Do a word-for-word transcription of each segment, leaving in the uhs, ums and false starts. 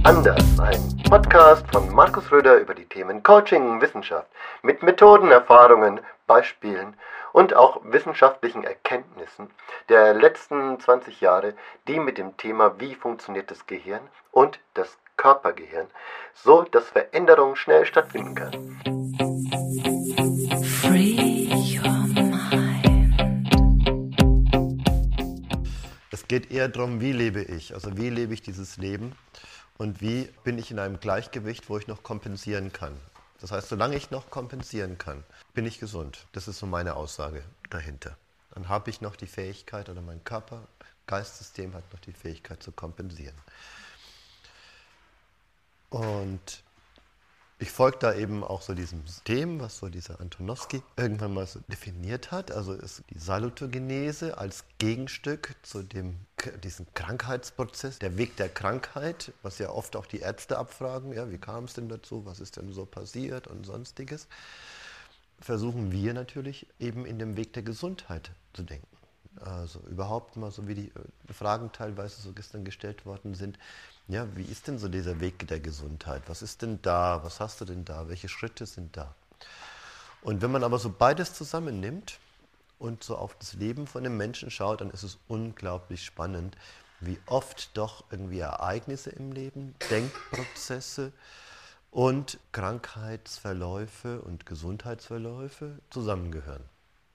Anders, ein Podcast von Markus Röder über die Themen Coaching, Wissenschaft, mit Methoden, Erfahrungen, Beispielen und auch wissenschaftlichen Erkenntnissen der letzten zwanzig Jahre, die mit dem Thema wie funktioniert das Gehirn und das Körpergehirn, so dass Veränderung schnell stattfinden kann. Free your mind. Es geht eher darum, wie lebe ich, also wie lebe ich dieses Leben und wie bin ich in einem Gleichgewicht, wo ich noch kompensieren kann. Das heißt, solange ich noch kompensieren kann, bin ich gesund. Das ist so meine Aussage dahinter. Dann habe ich noch die Fähigkeit, oder mein Körper, Geistsystem hat noch die Fähigkeit zu kompensieren. Und ich folge da eben auch so diesem System, was so dieser Antonowski irgendwann mal so definiert hat. Also ist die Salutogenese als Gegenstück zu dem, diesem Krankheitsprozess, der Weg der Krankheit, was ja oft auch die Ärzte abfragen, ja, wie kam es denn dazu, was ist denn so passiert und sonstiges, versuchen wir natürlich eben in dem Weg der Gesundheit zu denken. Also überhaupt mal so wie die Fragen teilweise so gestern gestellt worden sind, ja, wie ist denn so dieser Weg der Gesundheit? Was ist denn da? Was hast du denn da? Welche Schritte sind da? Und wenn man aber so beides zusammennimmt und so auf das Leben von einem Menschen schaut, dann ist es unglaublich spannend, wie oft doch irgendwie Ereignisse im Leben, Denkprozesse und Krankheitsverläufe und Gesundheitsverläufe zusammengehören.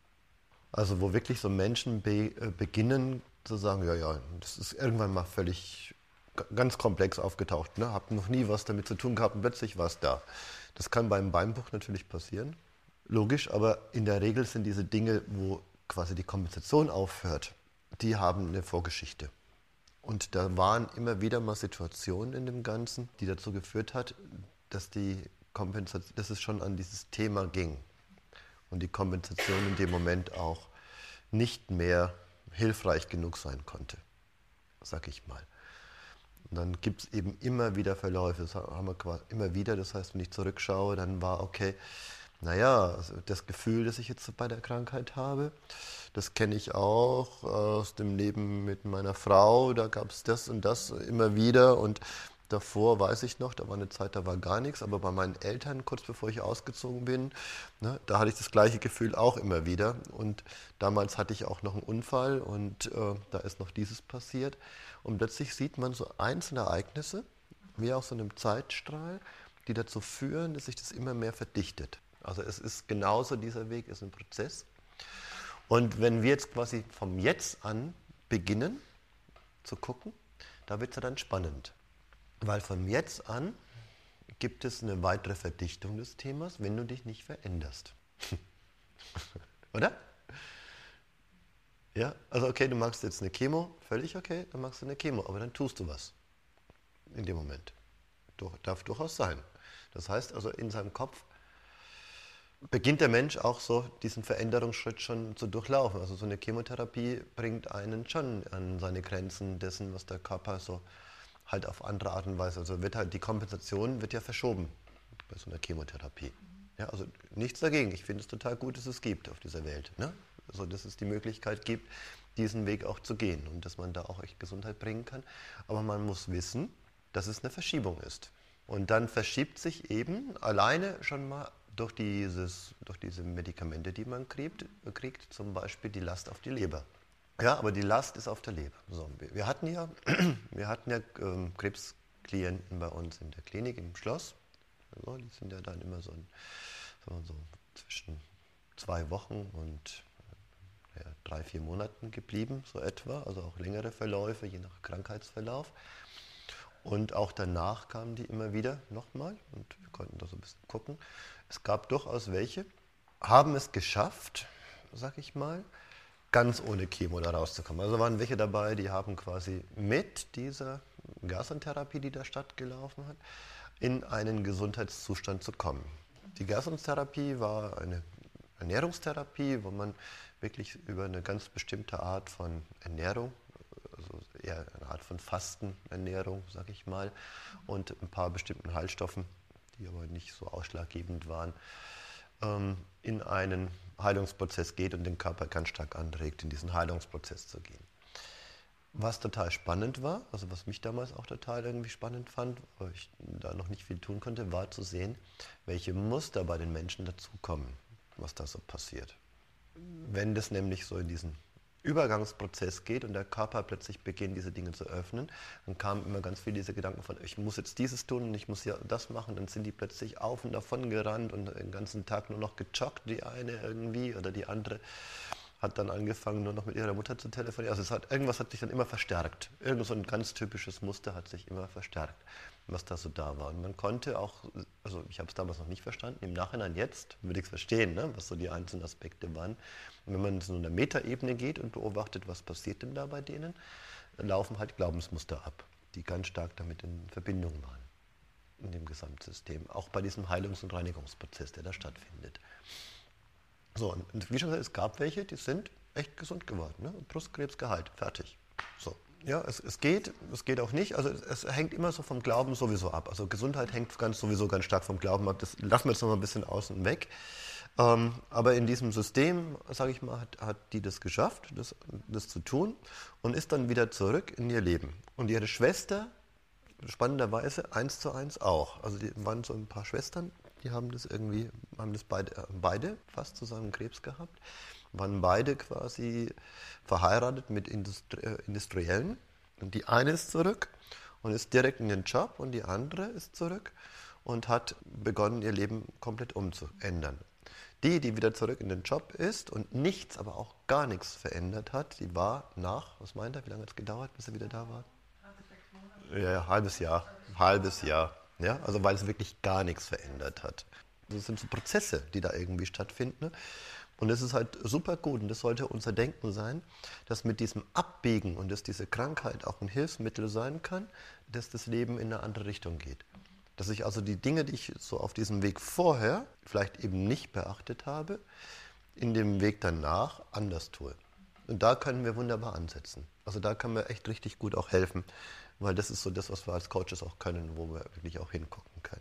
Also wo wirklich so Menschen be- äh, beginnen zu sagen, ja, ja, das ist irgendwann mal völlig g- ganz komplex aufgetaucht, ne? Hab noch nie was damit zu tun gehabt und plötzlich war es da. Das kann beim Beinbruch natürlich passieren, logisch, aber in der Regel sind diese Dinge, wo quasi die Kompensation aufhört, die haben eine Vorgeschichte. Und da waren immer wieder mal Situationen in dem Ganzen, die dazu geführt hat, dass, die Kompensation, dass es schon an dieses Thema ging. Und die Kompensation in dem Moment auch nicht mehr hilfreich genug sein konnte, sag ich mal. Und dann gibt es eben immer wieder Verläufe, das haben wir quasi immer wieder, das heißt, wenn ich zurückschaue, dann war okay, naja, also das Gefühl, das ich jetzt bei der Krankheit habe, das kenne ich auch aus dem Leben mit meiner Frau, da gab es das und das immer wieder und davor weiß ich noch, da war eine Zeit, da war gar nichts, aber bei meinen Eltern, kurz bevor ich ausgezogen bin, ne, da hatte ich das gleiche Gefühl auch immer wieder. Und damals hatte ich auch noch einen Unfall und äh, da ist noch dieses passiert. Und plötzlich sieht man so einzelne Ereignisse, wie aus so einem Zeitstrahl, die dazu führen, dass sich das immer mehr verdichtet. Also es ist genauso, dieser Weg ist ein Prozess. Und wenn wir jetzt quasi vom Jetzt an beginnen zu gucken, da wird es ja dann spannend. Weil von jetzt an gibt es eine weitere Verdichtung des Themas, wenn du dich nicht veränderst. Oder? Ja, also okay, du machst jetzt eine Chemo, völlig okay, dann machst du eine Chemo, aber dann tust du was in dem Moment. Doch, darf durchaus sein. Das heißt also, in seinem Kopf beginnt der Mensch auch so diesen Veränderungsschritt schon zu durchlaufen. Also so eine Chemotherapie bringt einen schon an seine Grenzen dessen, was der Körper so halt auf andere Art und Weise. Also wird halt die Kompensation wird ja verschoben bei so einer Chemotherapie. Ja, also nichts dagegen. Ich finde es total gut, dass es gibt auf dieser Welt. Ne? Also dass es die Möglichkeit gibt, diesen Weg auch zu gehen und dass man da auch echt Gesundheit bringen kann. Aber man muss wissen, dass es eine Verschiebung ist. Und dann verschiebt sich eben alleine schon mal durch, dieses, durch diese Medikamente, die man kriegt, kriegt, zum Beispiel die Last auf die Leber. Ja, aber die Last ist auf der Leber. So, wir hatten ja, wir hatten ja ähm, Krebsklienten bei uns in der Klinik im Schloss. Also, die sind ja dann immer so, in, so, so zwischen zwei Wochen und ja, drei, vier Monaten geblieben, so etwa. Also auch längere Verläufe, je nach Krankheitsverlauf. Und auch danach kamen die immer wieder nochmal und wir konnten da so ein bisschen gucken. Es gab durchaus welche, haben es geschafft, sag ich mal, ganz ohne Chemo da rauszukommen. Also waren welche dabei, die haben quasi mit dieser Gersentherapie, die da stattgelaufen hat, in einen Gesundheitszustand zu kommen. Die Gersentherapie war eine Ernährungstherapie, wo man wirklich über eine ganz bestimmte Art von Ernährung, also eher eine Art von Fastenernährung, sag ich mal, und ein paar bestimmten Heilstoffen, die aber nicht so ausschlaggebend waren, in einen Heilungsprozess geht und den Körper ganz stark anregt, in diesen Heilungsprozess zu gehen. Was total spannend war, also was mich damals auch total irgendwie spannend fand, weil ich da noch nicht viel tun konnte, war zu sehen, welche Muster bei den Menschen dazukommen, was da so passiert. Wenn das nämlich so in diesen Übergangsprozess geht und der Körper plötzlich beginnt, diese Dinge zu öffnen, dann kamen immer ganz viele diese Gedanken von, ich muss jetzt dieses tun und ich muss ja das machen, dann sind die plötzlich auf und davon gerannt und den ganzen Tag nur noch gejoggt, die eine irgendwie oder die andere hat dann angefangen, nur noch mit ihrer Mutter zu telefonieren. Also es hat, irgendwas hat sich dann immer verstärkt. Irgend so ein ganz typisches Muster hat sich immer verstärkt, was da so da war. Und man konnte auch, also ich habe es damals noch nicht verstanden, im Nachhinein jetzt würde ich es verstehen, ne, was so die einzelnen Aspekte waren. Und wenn man so in der Metaebene geht und beobachtet, was passiert denn da bei denen, dann laufen halt Glaubensmuster ab, die ganz stark damit in Verbindung waren, in dem Gesamtsystem. Auch bei diesem Heilungs- und Reinigungsprozess, der da stattfindet. So, und wie schon gesagt, es gab welche, die sind echt gesund geworden. Ne? Brustkrebs geheilt, fertig. So, ja, es, es geht, es geht auch nicht. Also es, es hängt immer so vom Glauben sowieso ab. Also Gesundheit hängt ganz, sowieso ganz stark vom Glauben ab. Das lassen wir jetzt noch mal ein bisschen außen weg. Ähm, aber in diesem System, sage ich mal, hat, hat die das geschafft, das, das zu tun und ist dann wieder zurück in ihr Leben. Und ihre Schwester, spannenderweise, eins zu eins auch. Also die waren so ein paar Schwestern, die haben das irgendwie, haben das beide, äh, beide fast zusammen Krebs gehabt, waren beide quasi verheiratet mit Industri äh, Industriellen. Und die eine ist zurück und ist direkt in den Job und die andere ist zurück und hat begonnen, ihr Leben komplett umzuändern. Die, die wieder zurück in den Job ist und nichts, aber auch gar nichts verändert hat, die war nach, was meint er, wie lange hat es gedauert, bis er wieder da war? Ja, ja, halbes Jahr, halbes Jahr. Ja, also weil es wirklich gar nichts verändert hat. Das sind so Prozesse, die da irgendwie stattfinden. Und das ist halt super gut und das sollte unser Denken sein, dass mit diesem Abbiegen und dass diese Krankheit auch ein Hilfsmittel sein kann, dass das Leben in eine andere Richtung geht. Dass ich also die Dinge, die ich so auf diesem Weg vorher vielleicht eben nicht beachtet habe, in dem Weg danach anders tue. Und da können wir wunderbar ansetzen. Also da können wir echt richtig gut auch helfen, weil das ist so das, was wir als Coaches auch können, wo wir wirklich auch hingucken können.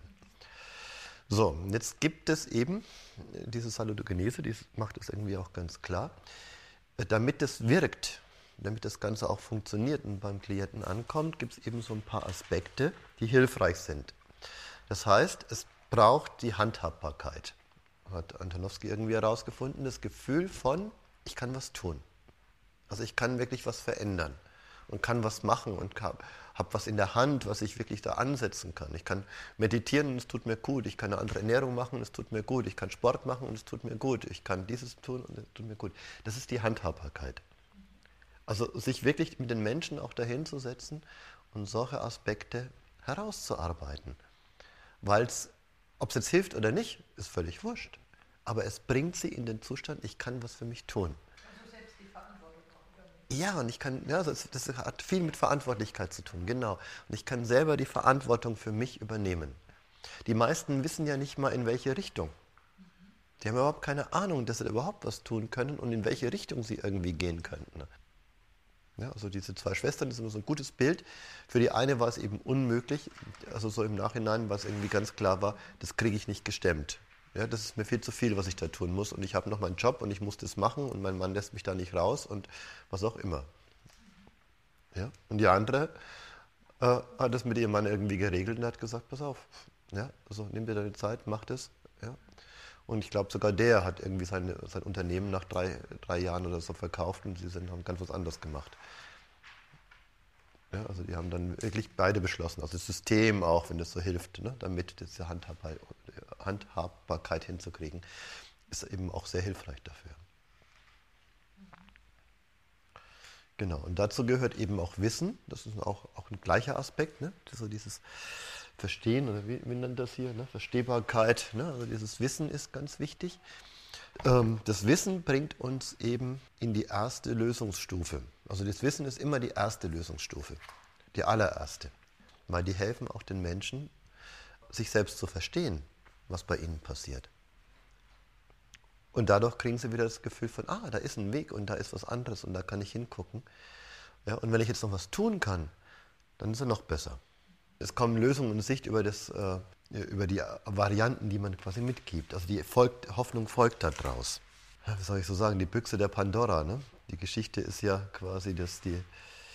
So, jetzt gibt es eben diese Salutogenese, die macht es irgendwie auch ganz klar. Damit es wirkt, damit das Ganze auch funktioniert und beim Klienten ankommt, gibt es eben so ein paar Aspekte, die hilfreich sind. Das heißt, es braucht die Handhabbarkeit, hat Antonowski irgendwie herausgefunden, das Gefühl von, ich kann was tun. Also ich kann wirklich was verändern und kann was machen und habe hab was in der Hand, was ich wirklich da ansetzen kann. Ich kann meditieren und es tut mir gut. Ich kann eine andere Ernährung machen und es tut mir gut. Ich kann Sport machen und es tut mir gut. Ich kann dieses tun und es tut mir gut. Das ist die Handhabbarkeit. Also sich wirklich mit den Menschen auch dahin zu setzen und solche Aspekte herauszuarbeiten. Weil es, ob es jetzt hilft oder nicht, ist völlig wurscht. Aber es bringt sie in den Zustand, ich kann was für mich tun. Ja, und ich kann, ja, das, das hat viel mit Verantwortlichkeit zu tun, genau. Und ich kann selber die Verantwortung für mich übernehmen. Die meisten wissen ja nicht mal, in welche Richtung. Die haben überhaupt keine Ahnung, dass sie da überhaupt was tun können und in welche Richtung sie irgendwie gehen könnten. Ja, also diese zwei Schwestern, das ist immer so ein gutes Bild. Für die eine war es eben unmöglich, also so im Nachhinein, was irgendwie ganz klar war, das kriege ich nicht gestemmt. Ja, das ist mir viel zu viel, was ich da tun muss und ich habe noch meinen Job und ich muss das machen und mein Mann lässt mich da nicht raus und was auch immer. Ja? Und die andere äh, hat das mit ihrem Mann irgendwie geregelt und hat gesagt, pass auf, ja, also nimm dir deine Zeit, mach das. Ja? Und ich glaube sogar der hat irgendwie seine, sein Unternehmen nach drei, drei Jahren oder so verkauft und sie sind, haben ganz was anderes gemacht. Ja, also die haben dann wirklich beide beschlossen, also das System auch, wenn das so hilft, ne, damit diese Handhabbar, Handhabbarkeit hinzukriegen, ist eben auch sehr hilfreich dafür. Genau, und dazu gehört eben auch Wissen, das ist auch, auch ein gleicher Aspekt, ne, so dieses Verstehen, oder wie, wie nennt das hier, ne, Verstehbarkeit, ne, also dieses Wissen ist ganz wichtig. Ähm, das Wissen bringt uns eben in die erste Lösungsstufe. Also das Wissen ist immer die erste Lösungsstufe, die allererste, weil die helfen auch den Menschen, sich selbst zu verstehen, was bei ihnen passiert. Und dadurch kriegen sie wieder das Gefühl von, ah, da ist ein Weg und da ist was anderes und da kann ich hingucken. Ja, und wenn ich jetzt noch was tun kann, dann ist es noch besser. Es kommen Lösungen und Sicht über, das, äh, über die Varianten, die man quasi mitgibt. Also die folgt, Hoffnung folgt daraus. Ja, wie soll ich so sagen, die Büchse der Pandora. Ne? Die Geschichte ist ja quasi, dass die,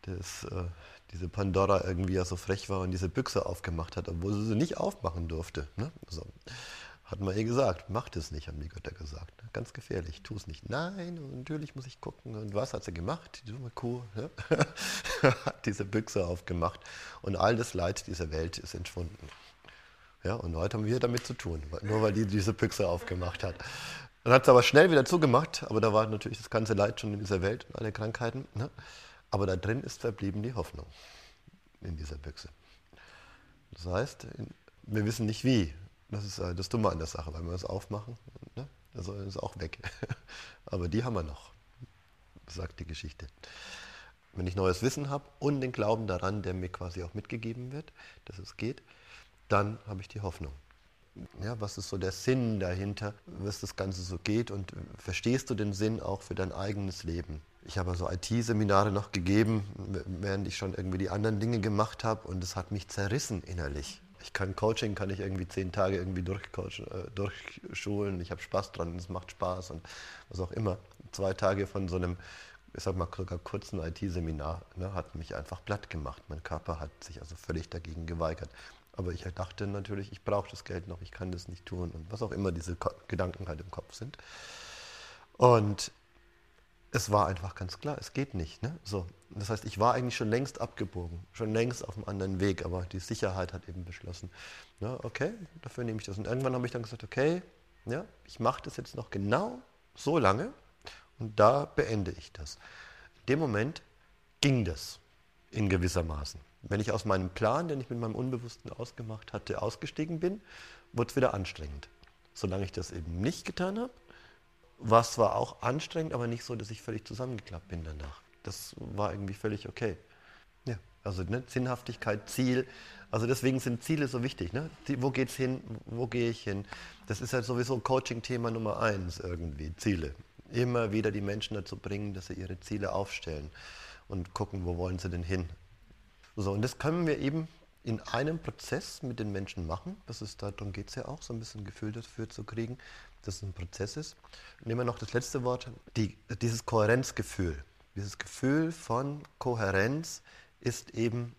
dass äh, diese Pandora irgendwie ja so frech war und diese Büchse aufgemacht hat, obwohl sie sie nicht aufmachen durfte. Ne? Also, hat man ihr gesagt, mach das nicht, haben die Götter gesagt. Ne? Ganz gefährlich, tu es nicht. Nein, natürlich muss ich gucken. Und was hat sie gemacht? Die dumme Kuh ne? hat diese Büchse aufgemacht und all das Leid dieser Welt ist entschwunden. Ja, und heute haben wir damit zu tun, nur weil die diese Büchse aufgemacht hat. Dann hat sie aber schnell wieder zugemacht, aber da war natürlich das ganze Leid schon in dieser Welt und alle Krankheiten. Ne? Aber da drin ist verblieben die Hoffnung in dieser Büchse. Das heißt, wir wissen nicht wie. Das ist das Dumme an der Sache, weil wir es aufmachen, ne? Also ist es auch weg. Aber die haben wir noch, sagt die Geschichte. Wenn ich neues Wissen habe und den Glauben daran, der mir quasi auch mitgegeben wird, dass es geht, dann habe ich die Hoffnung. Ja, was ist so der Sinn dahinter, was das Ganze so geht und verstehst du den Sinn auch für dein eigenes Leben? Ich habe also I T-Seminare noch gegeben, während ich schon irgendwie die anderen Dinge gemacht habe und es hat mich zerrissen innerlich. Ich kann Coaching, kann ich irgendwie zehn Tage irgendwie durchcoachen, äh, durchschulen, ich habe Spaß dran, es macht Spaß und was auch immer. Zwei Tage von so einem, ich sag mal sogar kurzen I T-Seminar, ne, hat mich einfach platt gemacht. Mein Körper hat sich also völlig dagegen geweigert. Aber ich dachte natürlich, ich brauche das Geld noch, ich kann das nicht tun und was auch immer diese Gedanken halt im Kopf sind. Und es war einfach ganz klar, es geht nicht. Ne? So. Das heißt, ich war eigentlich schon längst abgebogen, schon längst auf einem anderen Weg, aber die Sicherheit hat eben beschlossen, ja, okay, dafür nehme ich das. Und irgendwann habe ich dann gesagt, okay, ja, ich mache das jetzt noch genau so lange und da beende ich das. In dem Moment ging das in gewissermaßen. Wenn ich aus meinem Plan, den ich mit meinem Unbewussten ausgemacht hatte, ausgestiegen bin, wurde es wieder anstrengend. Solange ich das eben nicht getan habe, war es zwar auch anstrengend, aber nicht so, dass ich völlig zusammengeklappt bin danach. Das war irgendwie völlig okay. Ja, also ne, Sinnhaftigkeit, Ziel. Also deswegen sind Ziele so wichtig. Ne? Wo geht's hin? Wo gehe ich hin? Das ist ja sowieso Coaching-Thema Nummer eins irgendwie, Ziele. Immer wieder die Menschen dazu bringen, dass sie ihre Ziele aufstellen und gucken, wo wollen sie denn hin. So, und das können wir eben in einem Prozess mit den Menschen machen. Das ist, darum geht es ja auch, so ein bisschen ein Gefühl dafür zu kriegen, dass es ein Prozess ist. Nehmen wir noch das letzte Wort, die, dieses Kohärenzgefühl. Dieses Gefühl von Kohärenz ist eben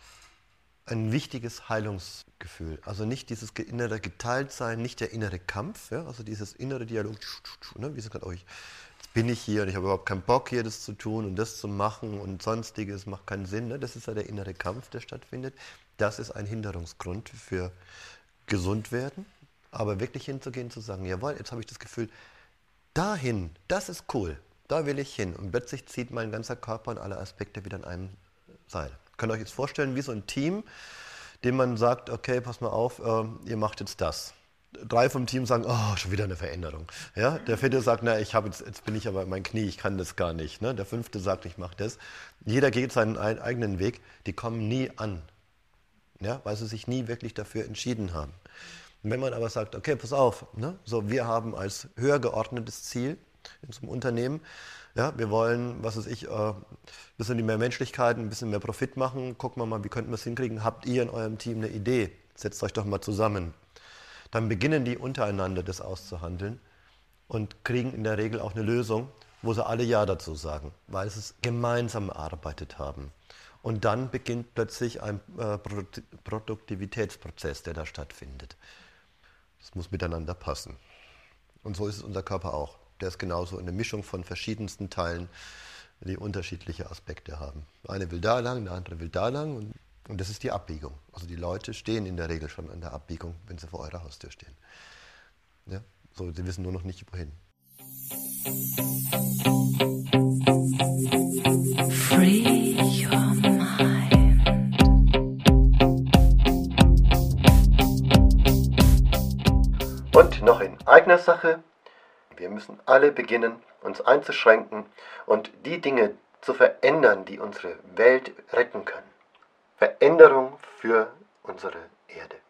ein wichtiges Heilungsgefühl. Also nicht dieses innere Geteiltsein, nicht der innere Kampf, ja? Also dieses innere Dialog, ne? Wie gesagt, oh, ich, jetzt bin ich hier und ich habe überhaupt keinen Bock hier das zu tun und das zu machen und sonstiges, macht keinen Sinn. Ne? Das ist ja der innere Kampf, der stattfindet. Das ist ein Hinderungsgrund für Gesundwerden. Aber wirklich hinzugehen, zu sagen, jawohl, jetzt habe ich das Gefühl, dahin, das ist cool, da will ich hin. Und plötzlich zieht mein ganzer Körper und alle Aspekte wieder an einem Seil. Könnt ihr euch jetzt vorstellen, wie so ein Team, dem man sagt, okay, pass mal auf, äh, ihr macht jetzt das. Drei vom Team sagen, oh, schon wieder eine Veränderung. Ja? Der vierte sagt, na, ich habe jetzt, jetzt bin ich aber mein Knie, ich kann das gar nicht. Ne? Der fünfte sagt, ich mache das. Jeder geht seinen eigenen Weg, die kommen nie an, ja? Weil sie sich nie wirklich dafür entschieden haben. Und wenn man aber sagt, okay, pass auf, ne? So, wir haben als höher geordnetes Ziel in so einem Unternehmen, ja, wir wollen, was weiß ich, ein bisschen mehr Menschlichkeit, ein bisschen mehr Profit machen, gucken wir mal, wie könnten wir es hinkriegen, habt ihr in eurem Team eine Idee, setzt euch doch mal zusammen. Dann beginnen die untereinander das auszuhandeln und kriegen in der Regel auch eine Lösung, wo sie alle Ja dazu sagen, weil sie es gemeinsam erarbeitet haben. Und dann beginnt plötzlich ein äh, Produktivitätsprozess, der da stattfindet. Das muss miteinander passen. Und so ist es unser Körper auch. Der ist genauso eine Mischung von verschiedensten Teilen, die unterschiedliche Aspekte haben. Der eine will da lang, der andere will da lang und, und das ist die Abbiegung. Also die Leute stehen in der Regel schon an der Abbiegung, wenn sie vor eurer Haustür stehen. Ja? So, sie wissen nur noch nicht, wohin. Free your mind. Und noch in eigener Sache, wir müssen alle beginnen, uns einzuschränken und die Dinge zu verändern, die unsere Welt retten können. Veränderung für unsere Erde.